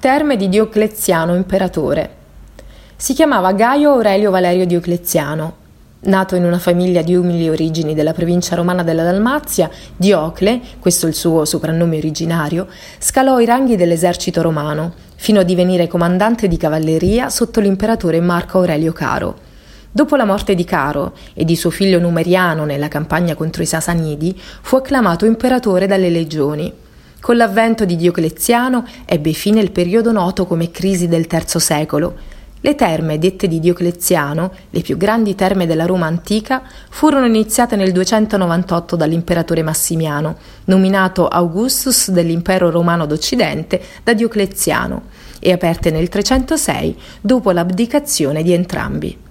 Terme di Diocleziano imperatore. Si chiamava Gaio Aurelio Valerio Diocleziano. Nato in una famiglia di umili origini della provincia romana della Dalmazia, Diocle, questo è il suo soprannome originario, scalò i ranghi dell'esercito romano, fino a divenire comandante di cavalleria sotto l'imperatore Marco Aurelio Caro. Dopo la morte di Caro e di suo figlio Numeriano nella campagna contro i Sasanidi, fu acclamato imperatore dalle legioni. Con l'avvento di Diocleziano ebbe fine il periodo noto come crisi del III secolo. Le terme dette di Diocleziano, le più grandi terme della Roma antica, furono iniziate nel 298 dall'imperatore Massimiano, nominato Augustus dell'impero romano d'Occidente da Diocleziano, e aperte nel 306 dopo l'abdicazione di entrambi.